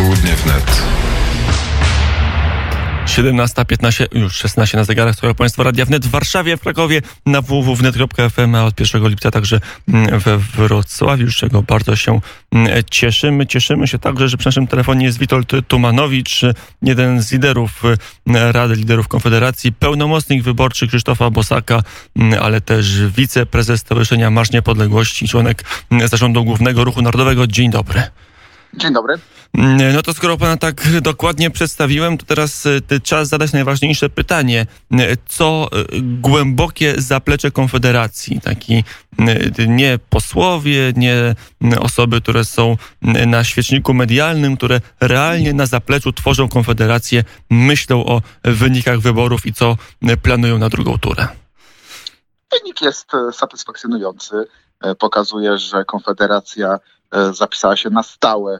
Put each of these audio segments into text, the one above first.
Popołudnie wnet. 17:15, już 16 na zegarach. Słuchają Państwo Radia Wnet w Warszawie, w Krakowie, na www.wnet.fm, a od 1 lipca także we Wrocławiu, z czego bardzo się cieszymy. Cieszymy się także, że przy naszym telefonie jest Witold Tumanowicz, jeden z liderów Rady Liderów Konfederacji, pełnomocnik wyborczy Krzysztofa Bosaka, ale też wiceprezes Stowarzyszenia Marsz Niepodległości, członek Zarządu Głównego Ruchu Narodowego. Dzień dobry. Dzień dobry. No to skoro pana tak dokładnie przedstawiłem, to teraz czas zadać najważniejsze pytanie. Co głębokie zaplecze Konfederacji? Taki nie posłowie, nie osoby, które są na świeczniku medialnym, które realnie na zapleczu tworzą Konfederację, myślą o wynikach wyborów i co planują na drugą turę. Wynik jest satysfakcjonujący. Pokazuje, że Konfederacja zapisała się na stałe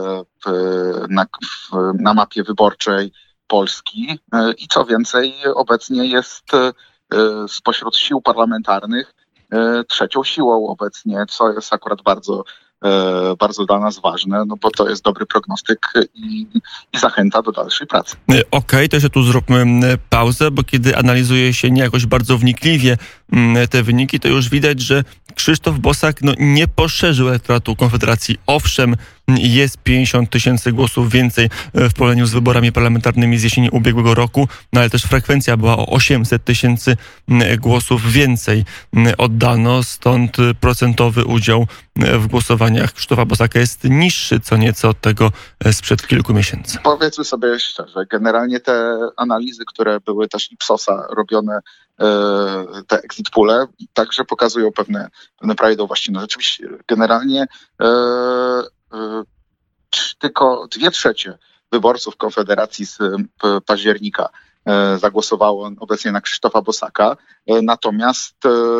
na mapie wyborczej Polski i co więcej, obecnie jest spośród sił parlamentarnych trzecią siłą obecnie, co jest akurat bardzo dla nas ważne, no bo to jest dobry prognostyk i zachęta do dalszej pracy. Okej, to jeszcze tu zróbmy pauzę, bo kiedy analizuje się nie jakoś bardzo wnikliwie te wyniki, to już widać, że Krzysztof Bosak nie poszerzył elektoratu Konfederacji. Owszem, jest 50 000 głosów więcej w porównaniu z wyborami parlamentarnymi z jesieni ubiegłego roku, ale też frekwencja była o 800 000 głosów więcej oddano, stąd procentowy udział w głosowaniach Krzysztofa Bosaka jest niższy co nieco od tego sprzed kilku miesięcy. Powiedzmy sobie szczerze, generalnie te analizy, które były też Ipsosa robione, te exit poole, także pokazują pewne prawidłowości. No rzeczywiście, generalnie tylko 2/3 wyborców Konfederacji z października zagłosowało obecnie na Krzysztofa Bosaka, natomiast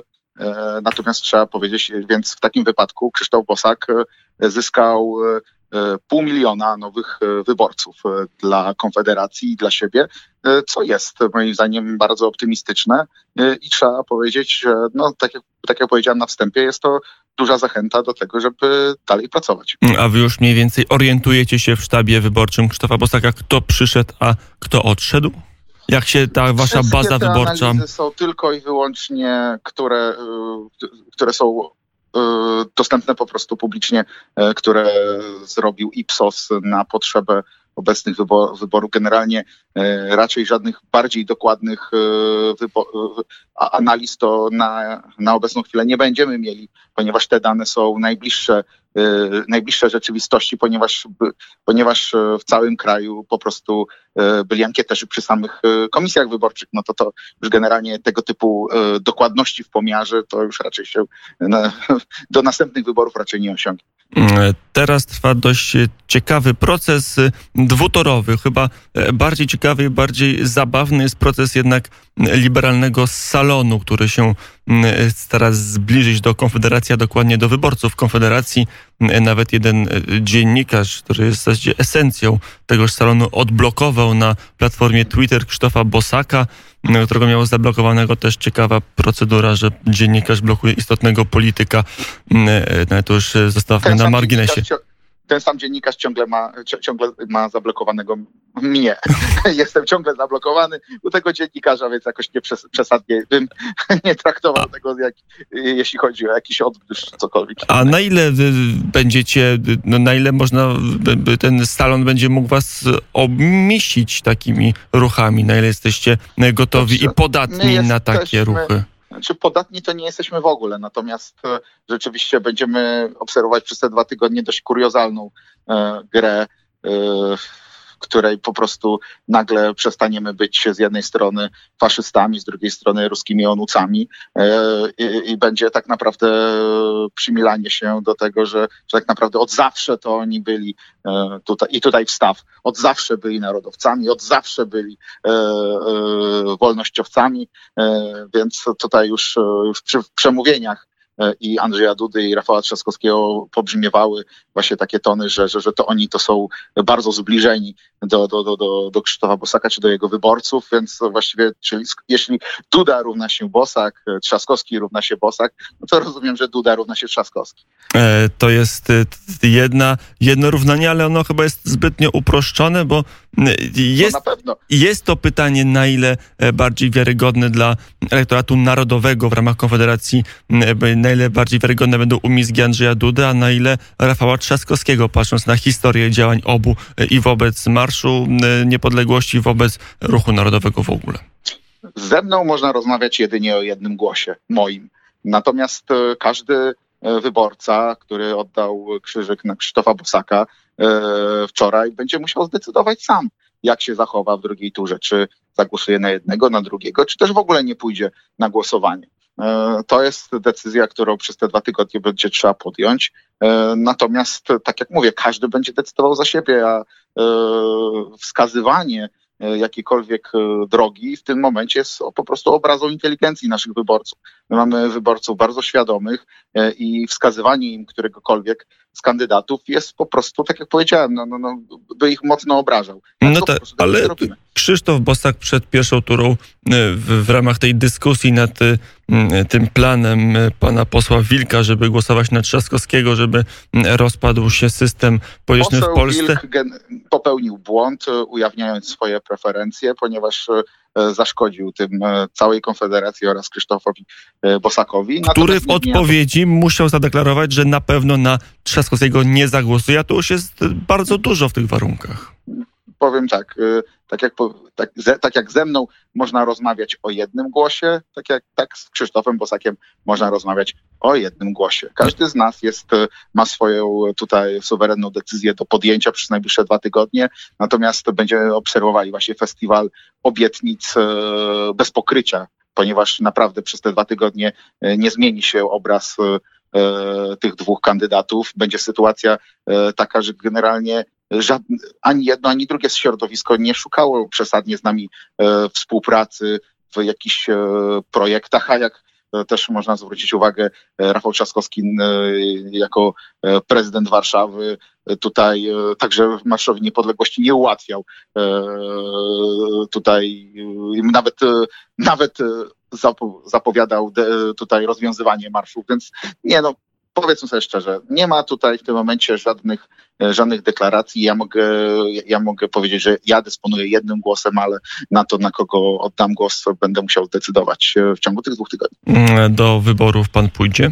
trzeba powiedzieć, więc w takim wypadku Krzysztof Bosak zyskał 500 000 nowych wyborców dla Konfederacji i dla siebie, co jest moim zdaniem bardzo optymistyczne i trzeba powiedzieć, że tak jak powiedziałem na wstępie, jest to duża zachęta do tego, żeby dalej pracować. A wy już mniej więcej orientujecie się w sztabie wyborczym Krzysztofa Bosaka, kto przyszedł, a kto odszedł? Jak się ta wasza baza wyborcza... Wszystkie te analizy są tylko i wyłącznie, które są dostępne po prostu publicznie, które zrobił Ipsos na potrzebę obecnych wyborów. Generalnie raczej żadnych bardziej dokładnych analiz to na obecną chwilę nie będziemy mieli, ponieważ te dane są najbliższe rzeczywistości, ponieważ w całym kraju po prostu byli ankieterzy przy samych komisjach wyborczych, no to już generalnie tego typu dokładności w pomiarze to już raczej się do następnych wyborów raczej nie osiągnie. Teraz trwa dość ciekawy proces dwutorowy. Chyba bardziej ciekawy i bardziej zabawny jest proces jednak liberalnego salonu, który się stara zbliżyć do Konfederacji, a dokładnie do wyborców Konfederacji. Nawet jeden dziennikarz, który jest w zasadzie esencją tegoż salonu, odblokował na platformie Twitter Krzysztofa Bosaka, którego miało zablokowanego. Też ciekawa procedura, że dziennikarz blokuje istotnego polityka. No, to już zostawmy na marginesie. Ten sam dziennikarz ciągle ma zablokowanego mnie. Jestem ciągle zablokowany u tego dziennikarza, więc jakoś nie przesadnie bym nie traktował tego, jeśli chodzi o jakiś odgryz czy cokolwiek. A na ile będziecie, na ile ten salon będzie mógł was obmieścić takimi ruchami? Na ile jesteście gotowi i podatni na takie ruchy? Podatni to nie jesteśmy w ogóle, natomiast rzeczywiście będziemy obserwować przez te 2 tygodnie dość kuriozalną grę, w której po prostu nagle przestaniemy być z jednej strony faszystami, z drugiej strony ruskimi onucami i będzie tak naprawdę przymilanie się do tego, że tak naprawdę od zawsze to oni byli tutaj wstaw, od zawsze byli narodowcami, od zawsze byli wolnościowcami, więc tutaj już w przemówieniach i Andrzeja Dudy i Rafała Trzaskowskiego pobrzmiewały właśnie takie tony, że to oni to są bardzo zbliżeni do Krzysztofa Bosaka czy do jego wyborców, więc właściwie czyli jeśli Duda równa się Bosak, Trzaskowski równa się Bosak, no to rozumiem, że Duda równa się Trzaskowski. To jest jedno równanie, ale ono chyba jest zbytnio uproszczone, bo jest to pytanie, na ile bardziej wiarygodne dla elektoratu narodowego w ramach Konfederacji, na ile bardziej wiarygodne będą umizgi Andrzeja Dudy, a na ile Rafała Trzaskowskiego, patrząc na historię działań obu i wobec Marszu Niepodległości, i wobec Ruchu Narodowego w ogóle. Ze mną można rozmawiać jedynie o jednym głosie, moim. Natomiast każdy wyborca, który oddał krzyżyk na Krzysztofa Bosaka wczoraj, będzie musiał zdecydować sam, jak się zachowa w drugiej turze. Czy zagłosuje na jednego, na drugiego, czy też w ogóle nie pójdzie na głosowanie. To jest decyzja, którą przez te 2 tygodnie będzie trzeba podjąć. Natomiast, tak jak mówię, każdy będzie decydował za siebie, a wskazywanie jakiejkolwiek drogi w tym momencie jest po prostu obrazą inteligencji naszych wyborców. My mamy wyborców bardzo świadomych i wskazywanie im któregokolwiek z kandydatów jest po prostu, tak jak powiedziałem, by ich mocno obrażał. No tak, ale Krzysztof Bosak przed pierwszą turą w ramach tej dyskusji nad tym planem pana posła Wilka, żeby głosować na Trzaskowskiego, żeby rozpadł się system polityczny w Polsce. Wilk popełnił błąd, ujawniając swoje preferencje, ponieważ zaszkodził tym całej Konfederacji oraz Krzysztofowi Bosakowi. Który w odpowiedzi musiał zadeklarować, że na pewno na Trzaskowskiego nie zagłosuje, a to już jest bardzo dużo w tych warunkach. Powiem tak jak ze mną można rozmawiać o jednym głosie, tak z Krzysztofem Bosakiem można rozmawiać o jednym głosie. Każdy z nas ma swoją tutaj suwerenną decyzję do podjęcia przez najbliższe 2 tygodnie, natomiast będziemy obserwowali właśnie festiwal obietnic bez pokrycia, ponieważ naprawdę przez te 2 tygodnie nie zmieni się obraz tych 2 kandydatów. Będzie sytuacja taka, że generalnie ani jedno, ani drugie środowisko nie szukało przesadnie z nami współpracy w jakichś projektach, a jak też można zwrócić uwagę, Rafał Trzaskowski jako prezydent Warszawy tutaj także Marszowi Niepodległości nie ułatwiał. Tutaj nawet zapowiadał tutaj rozwiązywanie marszów, więc powiedzmy sobie szczerze, nie ma tutaj w tym momencie żadnych deklaracji. Ja mogę powiedzieć, że ja dysponuję jednym głosem, ale na to, na kogo oddam głos, będę musiał zdecydować w ciągu tych 2 tygodni. Do wyborów pan pójdzie?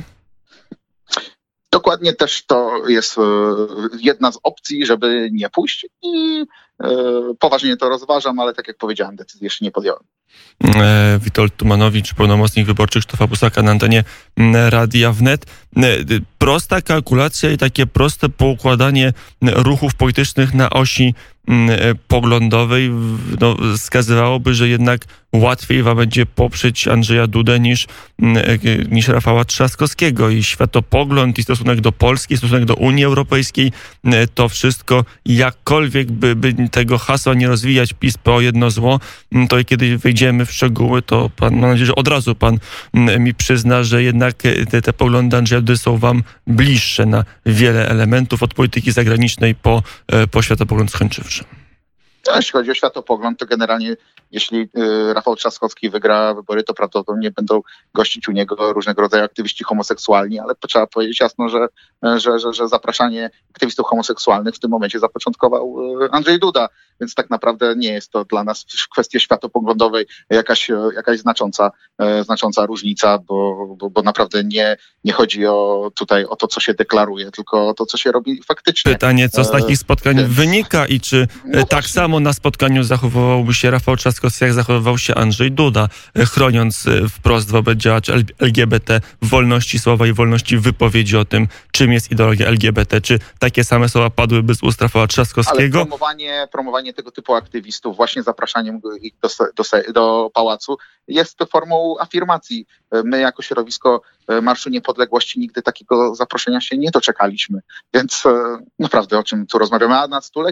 Dokładnie też to jest jedna z opcji, żeby nie pójść i poważnie to rozważam, ale tak jak powiedziałem, decyzji jeszcze nie podjąłem. Witold Tumanowicz, pełnomocnik wyborczy Krzysztofa Bosaka na antenie Radia Wnet. Prosta kalkulacja i takie proste poukładanie ruchów politycznych na osi poglądowej wskazywałoby, że jednak łatwiej wam będzie poprzeć Andrzeja Dudę niż Rafała Trzaskowskiego. I światopogląd, i stosunek do Polski, i stosunek do Unii Europejskiej, to wszystko, jakkolwiek by tego hasła nie rozwijać, PiS PO jedno zło, to kiedy wejdziemy w szczegóły, to mam nadzieję, że od razu pan mi przyzna, że jednak te poglądy Andrzeja Dudy są wam bliższe na wiele elementów, od polityki zagranicznej po światopogląd skończywszy. Jeśli chodzi o światopogląd, to generalnie jeśli Rafał Trzaskowski wygra wybory, to prawdopodobnie będą gościć u niego różnego rodzaju aktywiści homoseksualni, ale trzeba powiedzieć jasno, że zapraszanie aktywistów homoseksualnych w tym momencie zapoczątkował Andrzej Duda, więc tak naprawdę nie jest to dla nas w kwestii światopoglądowej jakaś znacząca różnica, bo naprawdę nie chodzi o to, co się deklaruje, tylko o to, co się robi faktycznie. Pytanie, co z takich spotkań wynika i czy tak samo na spotkaniu zachowywałby się Rafał Trzaskowski, jak zachowywał się Andrzej Duda, chroniąc wprost wobec działaczy LGBT wolności słowa i wolności wypowiedzi o tym, czym jest ideologia LGBT. Czy takie same słowa padłyby z ust Rafała Trzaskowskiego? Ale promowanie tego typu aktywistów, właśnie zapraszaniem ich do pałacu, jest formą afirmacji. My jako środowisko Marszu Niepodległości nigdy takiego zaproszenia się nie doczekaliśmy. Więc naprawdę o czym tu rozmawiamy? A na stulecie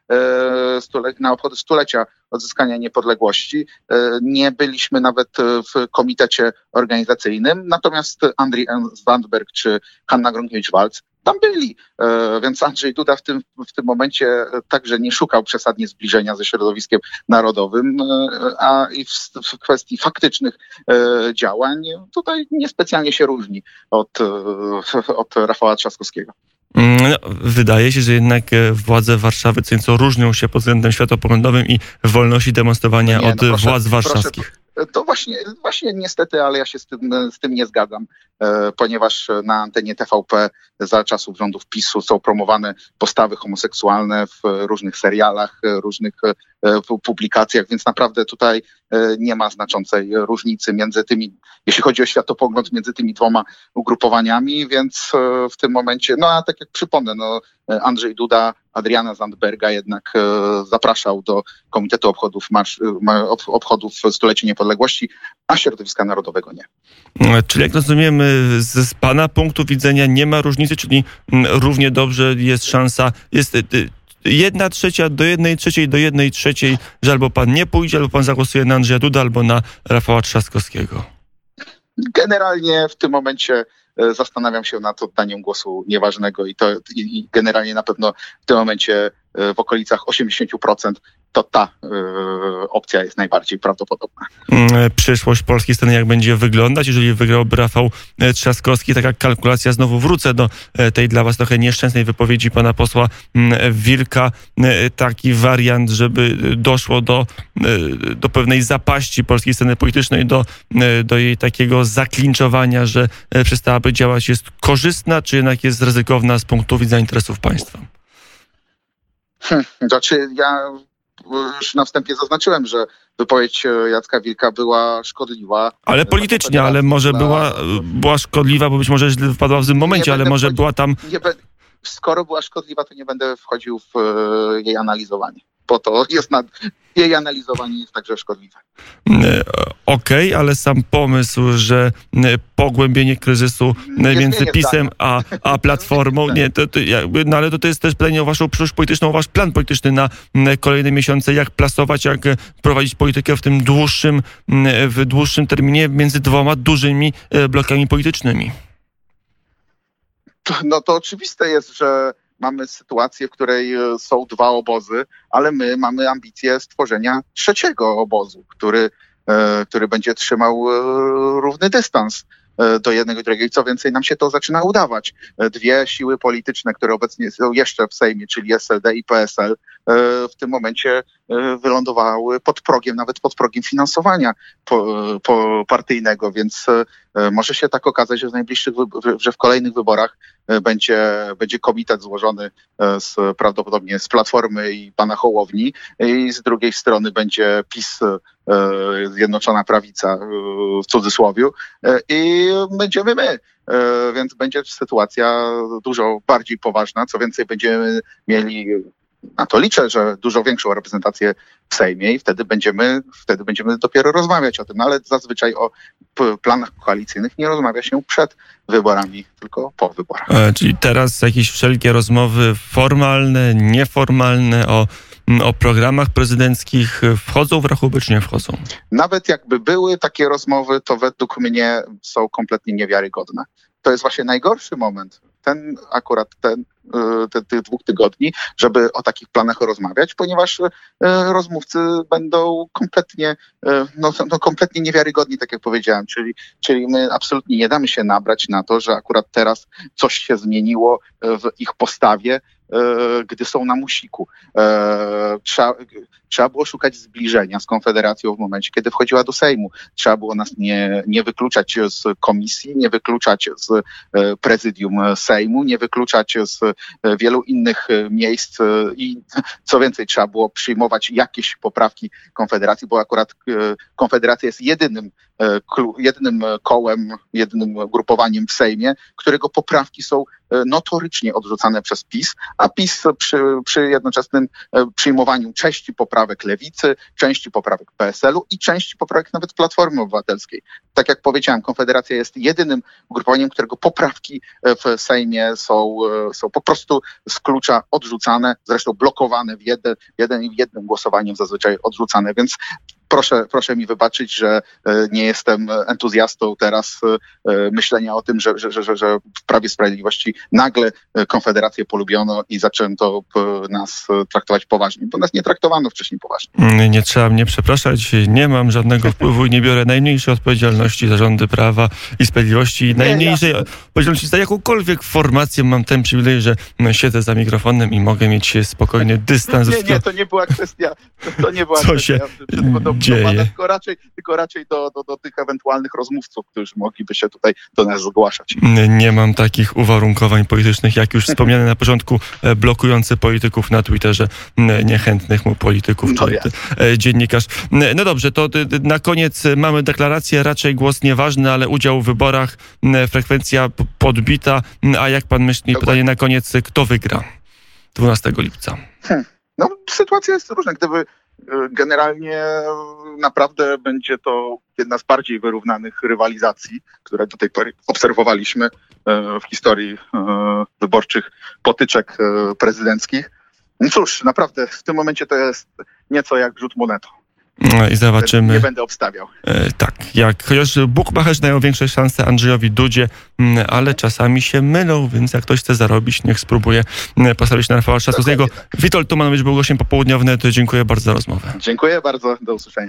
na obchody stulecia odzyskania niepodległości. Nie byliśmy nawet w komitecie organizacyjnym, natomiast Andrii Zandberg czy Hanna Gronkiewicz-Waltz tam byli, więc Andrzej Duda w tym momencie także nie szukał przesadnie zbliżenia ze środowiskiem narodowym, a i w kwestii faktycznych działań tutaj niespecjalnie się różni od Rafała Trzaskowskiego. No, wydaje się, że jednak władze Warszawy co nieco różnią się pod względem światopoglądowym i wolności demonstrowania władz warszawskich. To właśnie niestety, ale ja się z tym nie zgadzam, ponieważ na antenie TVP za czasów rządów PiS-u są promowane postawy homoseksualne w różnych serialach, różnych publikacjach, więc naprawdę tutaj nie ma znaczącej różnicy między tymi, jeśli chodzi o światopogląd, między tymi dwoma ugrupowaniami, więc w tym momencie, no a tak jak przypomnę, Andrzej Duda Adriana Zandberga jednak zapraszał do Komitetu Obchodów Stulecia Niepodległości, a środowiska narodowego nie. Czyli jak rozumiemy, z pana punktu widzenia nie ma różnicy, czyli równie dobrze jest szansa, jest 1/3 do 1/3 do 1/3, że albo pan nie pójdzie, albo pan zagłosuje na Andrzeja Dudę, albo na Rafała Trzaskowskiego. Generalnie w tym momencie zastanawiam się nad oddaniem głosu nieważnego i generalnie na pewno w tym momencie w okolicach 80% to ta opcja jest najbardziej prawdopodobna. Przyszłość polskiej sceny jak będzie wyglądać, jeżeli wygrałby Rafał Trzaskowski? Taka kalkulacja, znowu wrócę do tej dla was trochę nieszczęsnej wypowiedzi pana posła Wilka. Taki wariant, żeby doszło do pewnej zapaści polskiej sceny politycznej, do jej takiego zaklinczowania, że przestałaby działać, jest korzystna, czy jednak jest ryzykowna z punktu widzenia interesów państwa? Znaczy, ja już na wstępie zaznaczyłem, że wypowiedź Jacka Wilka była szkodliwa. Ale politycznie, ale może była szkodliwa, bo być może źle wypadła w tym momencie, ale może była tam... Skoro była szkodliwa, to nie będę wchodził w jej analizowanie, bo to jest jej analizowanie jest także szkodliwe. Okej, ale sam pomysł, że pogłębienie kryzysu między PiS-em a Platformą, no ale to jest też pytanie o waszą przyszłość polityczną, o wasz plan polityczny na kolejne miesiące, jak plasować, jak prowadzić politykę w dłuższym terminie między dwoma dużymi blokami politycznymi. No to oczywiste jest, że mamy sytuację, w której są dwa obozy, ale my mamy ambicje stworzenia trzeciego obozu, który będzie trzymał równy dystans do jednego i drugiego. I co więcej, nam się to zaczyna udawać. Dwie siły polityczne, które obecnie są jeszcze w Sejmie, czyli SLD i PSL, w tym momencie wylądowały nawet pod progiem finansowania partyjnego, więc może się tak okazać, że w kolejnych wyborach będzie komitet złożony prawdopodobnie z Platformy i pana Hołowni i z drugiej strony będzie PiS, Zjednoczona Prawica w cudzysłowiu i będziemy my. Więc będzie sytuacja dużo bardziej poważna. Co więcej, będziemy mieli, na to liczę, że dużo większą reprezentację w Sejmie i wtedy będziemy dopiero rozmawiać o tym. No ale zazwyczaj o planach koalicyjnych nie rozmawia się przed wyborami, tylko po wyborach. Czyli teraz jakieś wszelkie rozmowy formalne, nieformalne o programach prezydenckich wchodzą w rachubę, czy nie wchodzą? Nawet jakby były takie rozmowy, to według mnie są kompletnie niewiarygodne. To jest właśnie najgorszy moment. Tych 2 tygodni, żeby o takich planach rozmawiać, ponieważ rozmówcy będą kompletnie niewiarygodni, tak jak powiedziałem. Czyli my absolutnie nie damy się nabrać na to, że akurat teraz coś się zmieniło w ich postawie, gdy są na musiku. Trzeba było szukać zbliżenia z Konfederacją w momencie, kiedy wchodziła do Sejmu. Trzeba było nas nie wykluczać z komisji, nie wykluczać z prezydium Sejmu, nie wykluczać z wielu innych miejsc i co więcej, trzeba było przyjmować jakieś poprawki Konfederacji, bo akurat Konfederacja jest jedynym kołem, jedynym ugrupowaniem w Sejmie, którego poprawki są notorycznie odrzucane przez PiS, a PiS przy jednoczesnym przyjmowaniu części poprawek Lewicy, części poprawek PSL-u i części poprawek nawet Platformy Obywatelskiej. Tak jak powiedziałem, Konfederacja jest jedynym ugrupowaniem, którego poprawki w Sejmie są po prostu z klucza odrzucane, zresztą blokowane w jednym głosowaniem, zazwyczaj odrzucane, więc proszę mi wybaczyć, że nie jestem entuzjastą teraz myślenia o tym, że w Prawie i Sprawiedliwości nagle Konfederację polubiono i zaczęto nas traktować poważnie, bo nas nie traktowano wcześniej poważnie. Nie trzeba mnie przepraszać, nie mam żadnego wpływu i nie biorę najmniejszej odpowiedzialności za rządy Prawa i Sprawiedliwości i najmniejszej odpowiedzialności za jakąkolwiek formację. Mam ten przywilej, że siedzę za mikrofonem i mogę mieć spokojnie dystans. Nie, to nie była kwestia. To nie była co kwestia, się dzieje. Tylko raczej do tych ewentualnych rozmówców, którzy mogliby się tutaj do nas zgłaszać. Nie mam takich uwarunkowań politycznych, jak już wspomniany na początku, blokujący polityków na Twitterze, niechętnych mu polityków, dziennikarz. No dobrze, to na koniec mamy deklarację, raczej głos nieważny, ale udział w wyborach, frekwencja podbita, a jak pan myśli, pytanie na koniec, kto wygra 12 lipca? No, sytuacja jest różna. Gdyby generalnie naprawdę będzie to jedna z bardziej wyrównanych rywalizacji, które do tej pory obserwowaliśmy w historii wyborczych potyczek prezydenckich. No cóż, naprawdę w tym momencie to jest nieco jak rzut monetą. No i zobaczymy. Nie będę obstawiał. Tak, chociaż bukmacherzy dają większe szanse Andrzejowi Dudzie, ale czasami się mylą, więc jak ktoś chce zarobić, niech spróbuje postawić na Rafała Trzaskowskiego. Witold Tumanowicz był gościem popołudniowym. Dziękuję bardzo za rozmowę. Dziękuję bardzo, do usłyszenia.